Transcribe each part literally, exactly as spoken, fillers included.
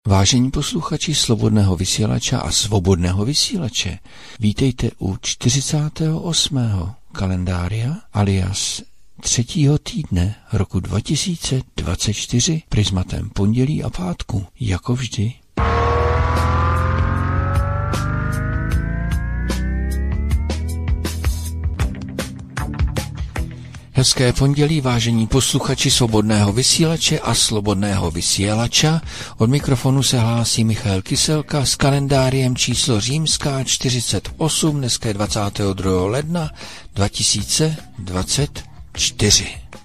Vážení posluchači Slobodného vysílača a Svobodného vysílače, vítejte u čtyřicátého osmého kalendária alias třetího týdne roku dva tisíce dvacet čtyři prismatem pondělí a pátku, jako vždy. Hezké pondělí, vážení posluchači Svobodného vysílače a Slobodného vysílača. Od mikrofonu se hlásí Michal Kyselka s kalendáriem číslo římská čtyřicet osm, dneska je dvacátého druhého ledna dva tisíce dvacet čtyři.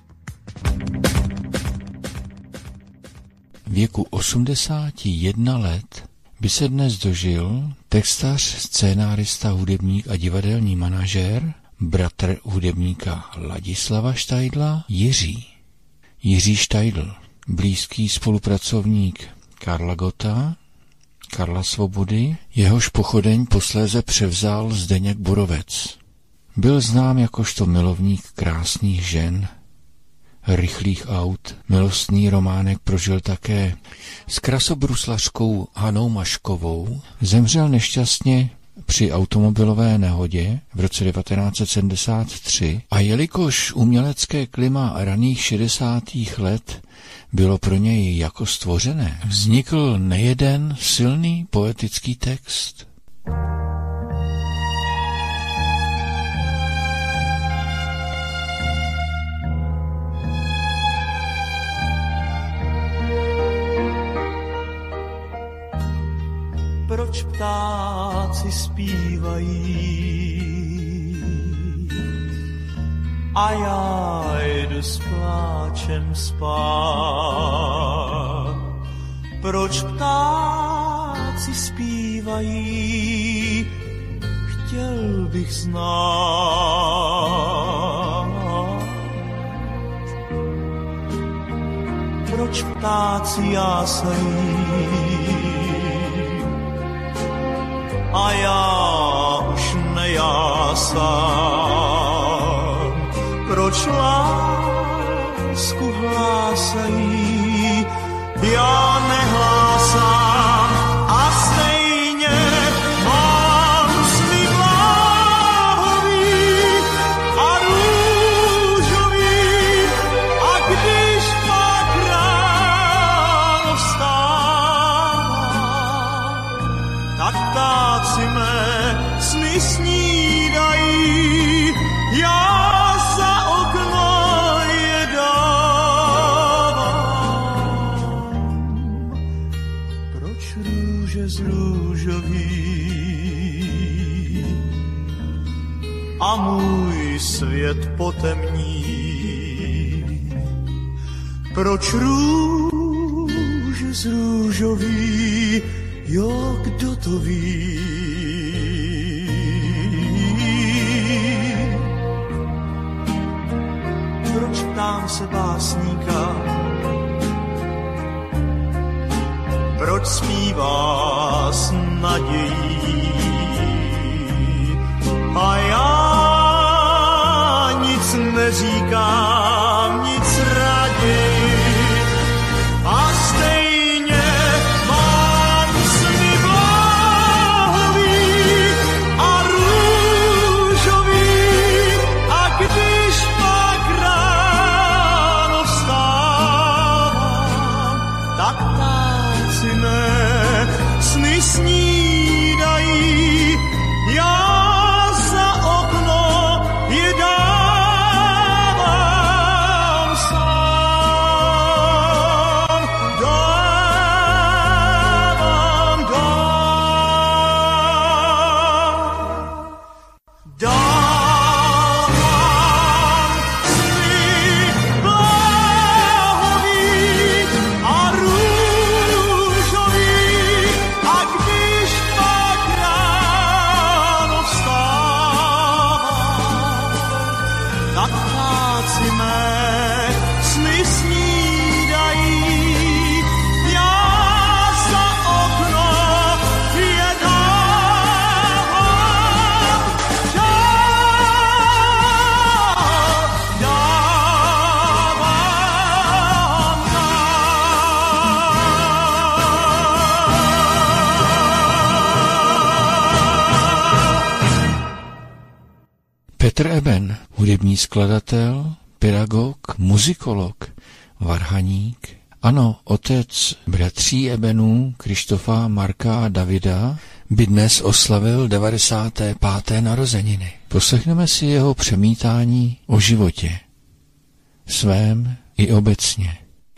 Věku osmdesáti jednoho let by se dnes dožil textař, scénárista, hudebník a divadelní manažér, bratr hudebníka Ladislava Štajdla, Jiří. Jiří Štajdl, blízký spolupracovník Karla Gotta, Karla Svobody, jehož pochodeň posléze převzal Zdeněk Borovec. Byl znám jakožto milovník krásných žen, rychlých aut. Milostný románek prožil také s krasobruslařkou Hanou Maškovou. Zemřel nešťastně při automobilové nehodě v roce devatenáct set sedmdesát tři a jelikož umělecké klima raných šedesátých let bylo pro něj jako stvořené, vznikl nejeden silný poetický text. Proč ptáci zpívají a já jdu s pláčem spát? Proč ptáci zpívají, chtěl bych znát. Proč ptáci jásají a já už nejásám? Proč lásku hlásají, já nehlásám a stejně mám sny bláhový a růžový, a když pak ráno vstávám, tak ptáci mé sny snídají, já za okno je dávám. Proč růže zrůžoví a můj svět potemní? Proč růže zrůžoví, jo, kdo to ví? Proč ptám se básníka, proč zpívá s nadějí a já nic neříkám, nic raději a stejně mám sny bláhový a růžový, a když pak ráno vstávám, tak ptáci mé sny snídají, já za okno je dávám sám, dávám, dávám, dávám sny bláhový a růžový, a když Eben, hudební skladatel, pedagog, muzikolog, varhaník. Ano, otec bratří Ebenů, Krištofa, Marka a Davida, by dnes oslavil devadesáté páté narozeniny. Poslechneme si jeho přemítání o životě, svém i obecně.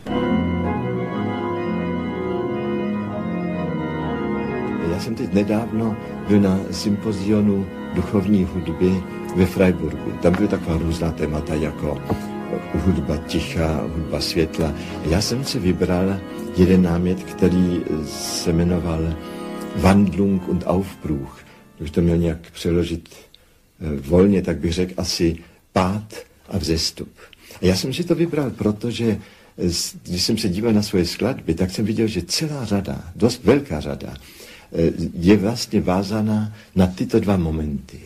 Já jsem teď nedávno byl na sympozionu duchovní hudby ve Freiburgu. Tam byly taková různá témata jako hudba ticha, hudba světla. Já jsem si vybral jeden námět, který se jmenoval Wandlung und Aufbruch. Když to měl nějak přeložit volně, tak bych řekl asi pád a vzestup. A já jsem si to vybral, protože když jsem se díval na svoje skladby, tak jsem viděl, že celá řada, dost velká řada, je vlastně vázaná na tyto dva momenty.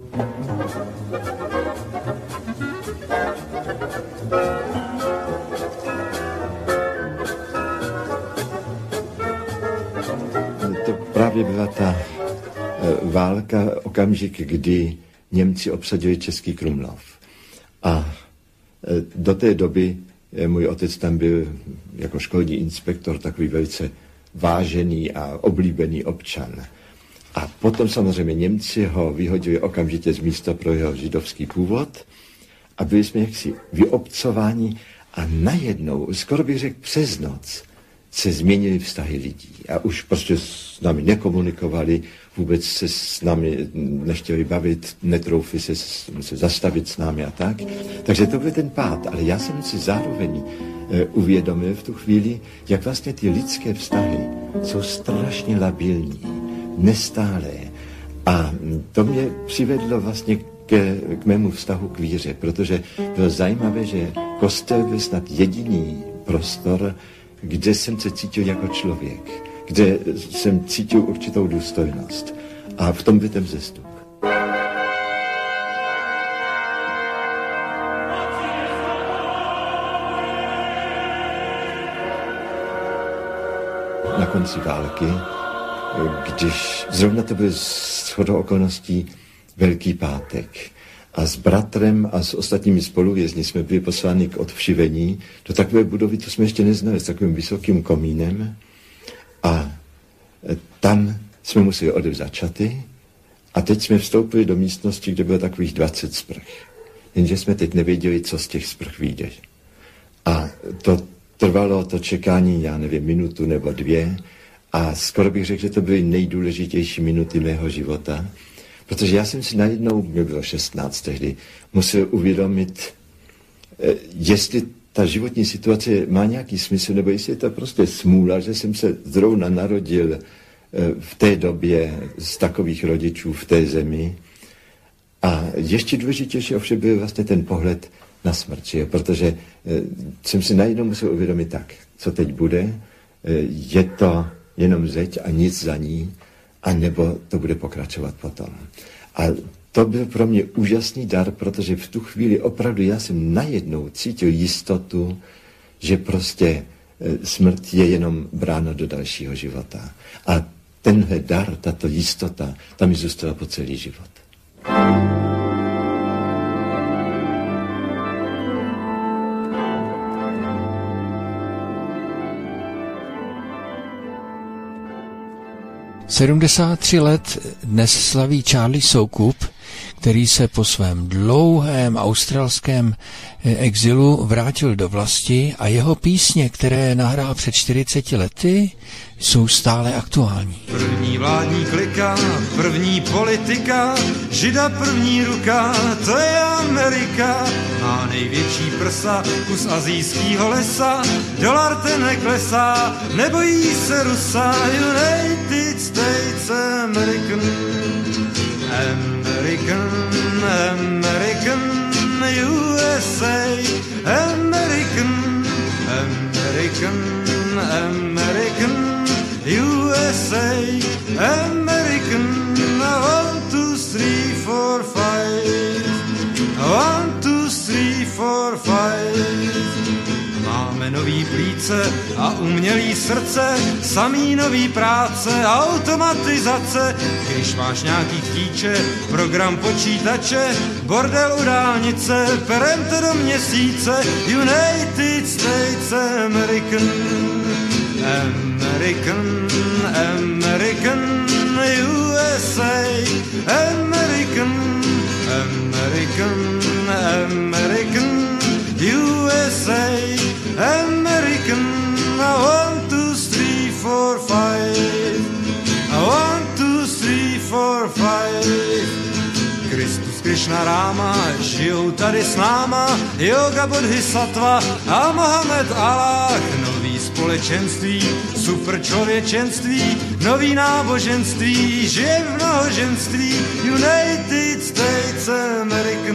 To právě byla ta válka, okamžik, kdy Němci obsadili Český Krumlov. A do té doby můj otec tam byl jako školní inspektor, takový velice vážený a oblíbený občan. A potom samozřejmě Němci ho vyhodili okamžitě z místa pro jeho židovský původ a byli jsme jaksi vyobcováni a najednou, skoro bych řekl přes noc, se změnily vztahy lidí a už prostě s námi nekomunikovali, vůbec se s námi nechtěli bavit, netroufli se, se zastavit s námi a tak. Takže to byl ten pád, ale já jsem si zároveň e, uvědomil v tu chvíli, jak vlastně ty lidské vztahy jsou strašně labilní, nestálé. A to mě přivedlo vlastně k, k mému vztahu k víře, protože bylo zajímavé, že kostel byl snad jediný prostor, kde jsem se cítil jako člověk, kde jsem cítil určitou důstojnost. A v tom byl ten vzestup. Na konci války, když zrovna to byl shodou okolností Velký pátek, a s bratrem a s ostatními spoluvězni jsme byli posláni k odvšivení do takové budovy, to jsme ještě neznali, s takovým vysokým komínem. A tam jsme museli odevzat šaty a teď jsme vstoupili do místnosti, kde bylo takových dvacet sprch. Jenže jsme teď nevěděli, co z těch sprch vyjde. A to trvalo to čekání, já nevím, minutu nebo dvě a skoro bych řekl, že to byly nejdůležitější minuty mého života, protože já jsem si najednou, mě bylo šestnáct tehdy, musel uvědomit, jestli ta životní situace má nějaký smysl, nebo jestli je to prostě smůla, že jsem se zrovna narodil v té době z takových rodičů v té zemi. A ještě důležitější ovšem byl vlastně ten pohled na smrt, že? Protože jsem si najednou musel uvědomit tak, co teď bude, je to jenom zeď a nic za ní, a nebo to bude pokračovat potom. A to byl pro mě úžasný dar, protože v tu chvíli opravdu já jsem najednou cítil jistotu, že prostě smrt je jenom brána do dalšího života. A tenhle dar, tato jistota, tam mi zůstala po celý život. sedmdesát tři let dnes slaví Charlie Soukup, který se po svém dlouhém australském exilu vrátil do vlasti a jeho písně, které nahrál před čtyřiceti lety, jsou stále aktuální. První vládní klika, první politika, žida první ruka, to je Amerika. Má největší prsa, kus azijského lesa, dolar ten neklesá, nebojí se Rusa. United States American, American, American, U S A, American, American, American, U S A, American, one, two, three, four, five, one, two, three, four, five. Máme nový plíce více a umělý srdce, samý nový práce, automatizace. Když máš nějaký chtíče, program počítače, bordel u dálnice, perem to do měsíce, United States American, American, American, U S A, American, American, American, U S A, American. One, two, three, four, five. One, two, three, four, five. Kristus, Krišna, Ráma, žijou tady s náma, Yoga, Bodhisattva a Mohamed Allah. Nový společenství, super člověčenství, nový náboženství, žije v mnohoženství, United States American,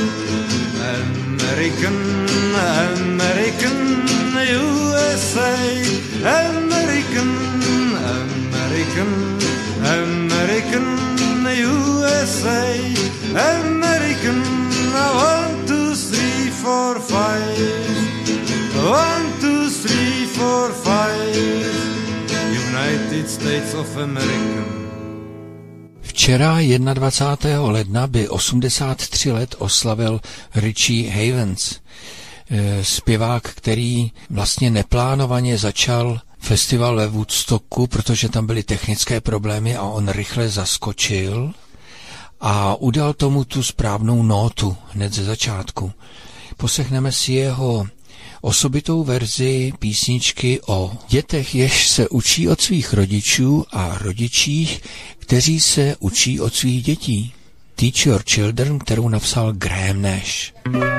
American, American, U S A, American, American, American, U S A, American. One, two, three, four, five. One, two, three, four, five. United States of America. Včera dvacátého prvního ledna by osmdesát tři let oslavil Richie Havens, zpěvák, který vlastně neplánovaně začal festival ve Woodstocku, protože tam byly technické problémy a on rychle zaskočil a udal tomu tu správnou nótu hned ze začátku. Poslechneme si jeho osobitou verzi písničky o dětech, jež se učí od svých rodičů a rodičích, kteří se učí od svých dětí. Teach Your Children, kterou napsal Graham Nash.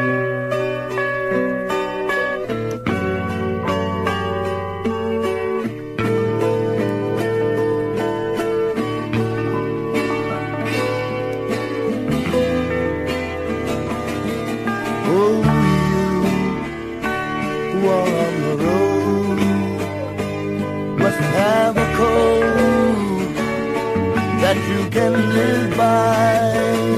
You can live by,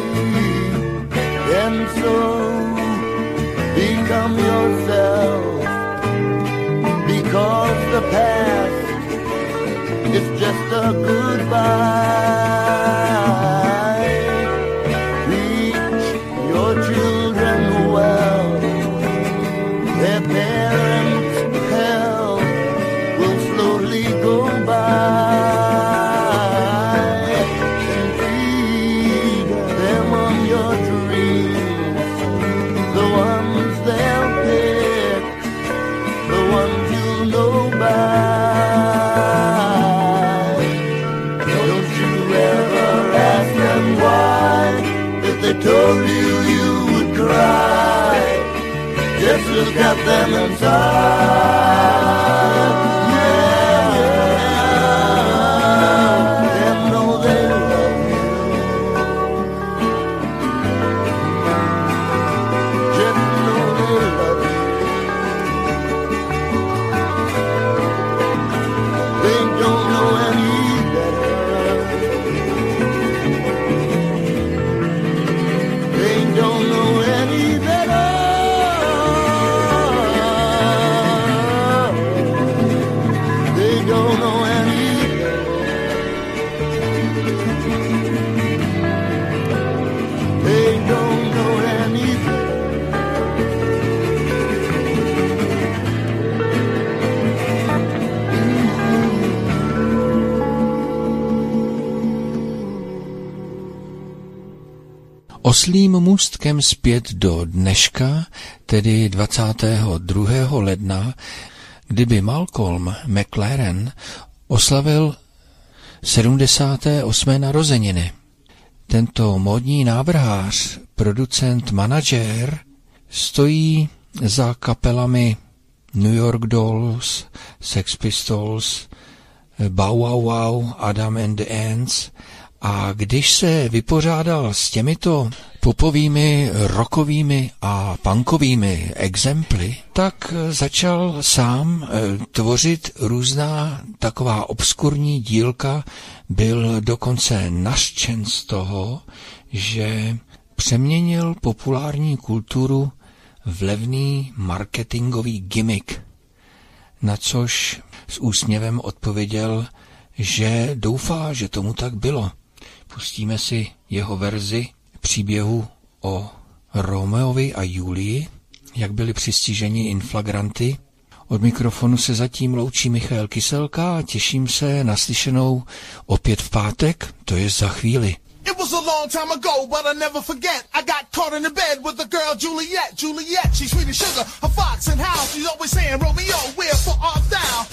and so become yourself, because the past is just a goodbye. Teach your children well, their parents' hell will slowly go by. Told you you would cry, just look at them inside. Yeah, yeah, them know they love you. Just know they love you. They don't know any better. Don't know any better. They don't know any better. They don't know any better. Oslím můstkem zpět do dneška, tedy dvacátého druhého ledna, kdyby Malcolm McLaren oslavil sedmdesáté osmé narozeniny. Tento módní návrhář, producent, manažér, stojí za kapelami New York Dolls, Sex Pistols, Bow Wow Wow, Adam and the Ants. A když se vypořádal s těmito popovými, rockovými a punkovými exemply, tak začal sám tvořit různá taková obskurní dílka. Byl dokonce nařčen z toho, že přeměnil populární kulturu v levný marketingový gimmick. na což s úsměvem odpověděl, že doufá, že tomu tak bylo. Pustíme si jeho verzi příběhu o Romeovi a Julii, jak byli přistiženi in flagranti. Od mikrofonu se zatím loučí Michael Kyselka a těším se na slyšenou opět v pátek, to je za chvíli. It was a long time ago, but I never forget. I got caught in the bed with the girl Juliet. Juliet, she's sweet as sugar, a fox and hound. She's always saying, Romeo, wherefore art thou?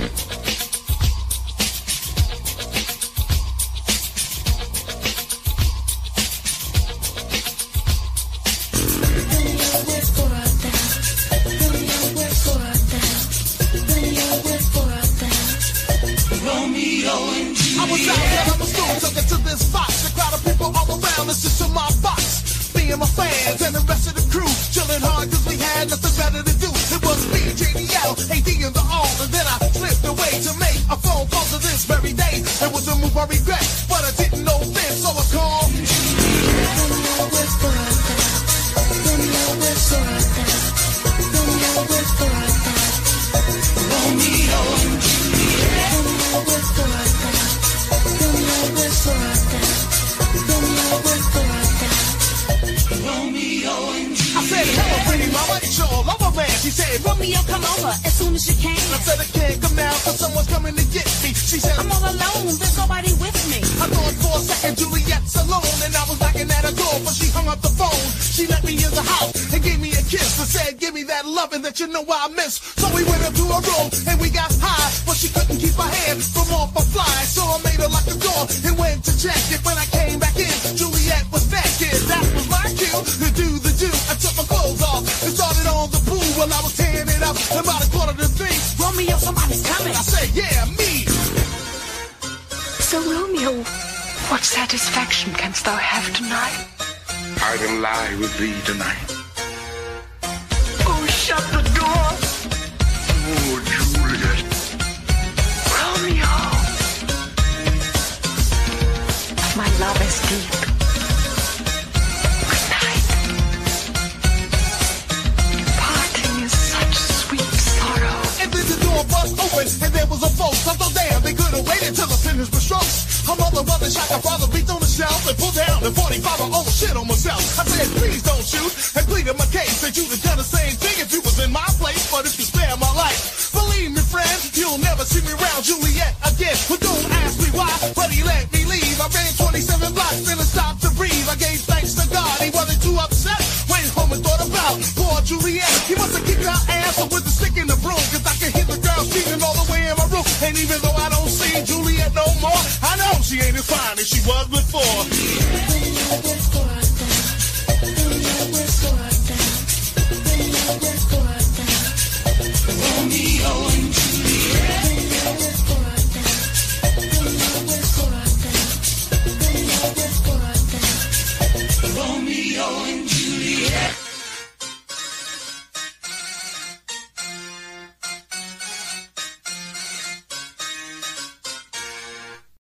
I was out there on the stool, took it to this box. A crowd of people all around, listen to my box. Me and my fans and the rest of the crew, chilling hard cause we had nothing better to do. It was me, J D L, A D and the all. And then I slipped away to make a phone call to this very day. It was a move I regret, but I didn't know this, so I called. Romeo and Juliet. I said, hello, pretty mama, it's your lover man. She said, Romeo, come over as soon as you can. I said, I can't come now, cause someone's coming to get me. She said, I'm all alone, there's nobody with me. I thought for a second Juliet's alone, and I was knocking at her door, but she hung up the phone. She let me in the house and gave me a kiss and said, give me that loving that you know I miss. So we went up to her room and we got high, but she couldn't keep her hand from off her fly. So I made her lock the door and went to check it. When I came back in, Juliet was naked. That was my cue to do the do. I took my clothes off and started on the pool while I was tearing it up. And about a quarter to three, Romeo, somebody's coming. I said, yeah, me. So Romeo, what satisfaction canst thou have tonight? I will lie with thee tonight. Oh, shut the door. Oh, Juliet. Romeo. My love is deep. Good night. Parting is such sweet sorrow. And then the door bust open and there was a folks. I thought, damn, they could have waited till the finish was strokes. Her mother was a shot, her father reached on the shelf and pulled down the forty-five, oh shit on myself. I said, please don't shoot, and pleaded my case that you'd have done the same thing if you was in my place, but if you spare my life. Believe me, friend, you'll never see me around Juliet again. But don't ask me why, but he let me leave. I ran twenty-seven blocks, then I stopped to breathe. I gave thanks to God, he wasn't too upset. Went home and thought about poor Juliet. He must have kicked her ass with the stick in the broom, cause I can hear the girl screaming all the way in my room. And even though I don't see Juliet no more, I know she ain't as fine as she was before.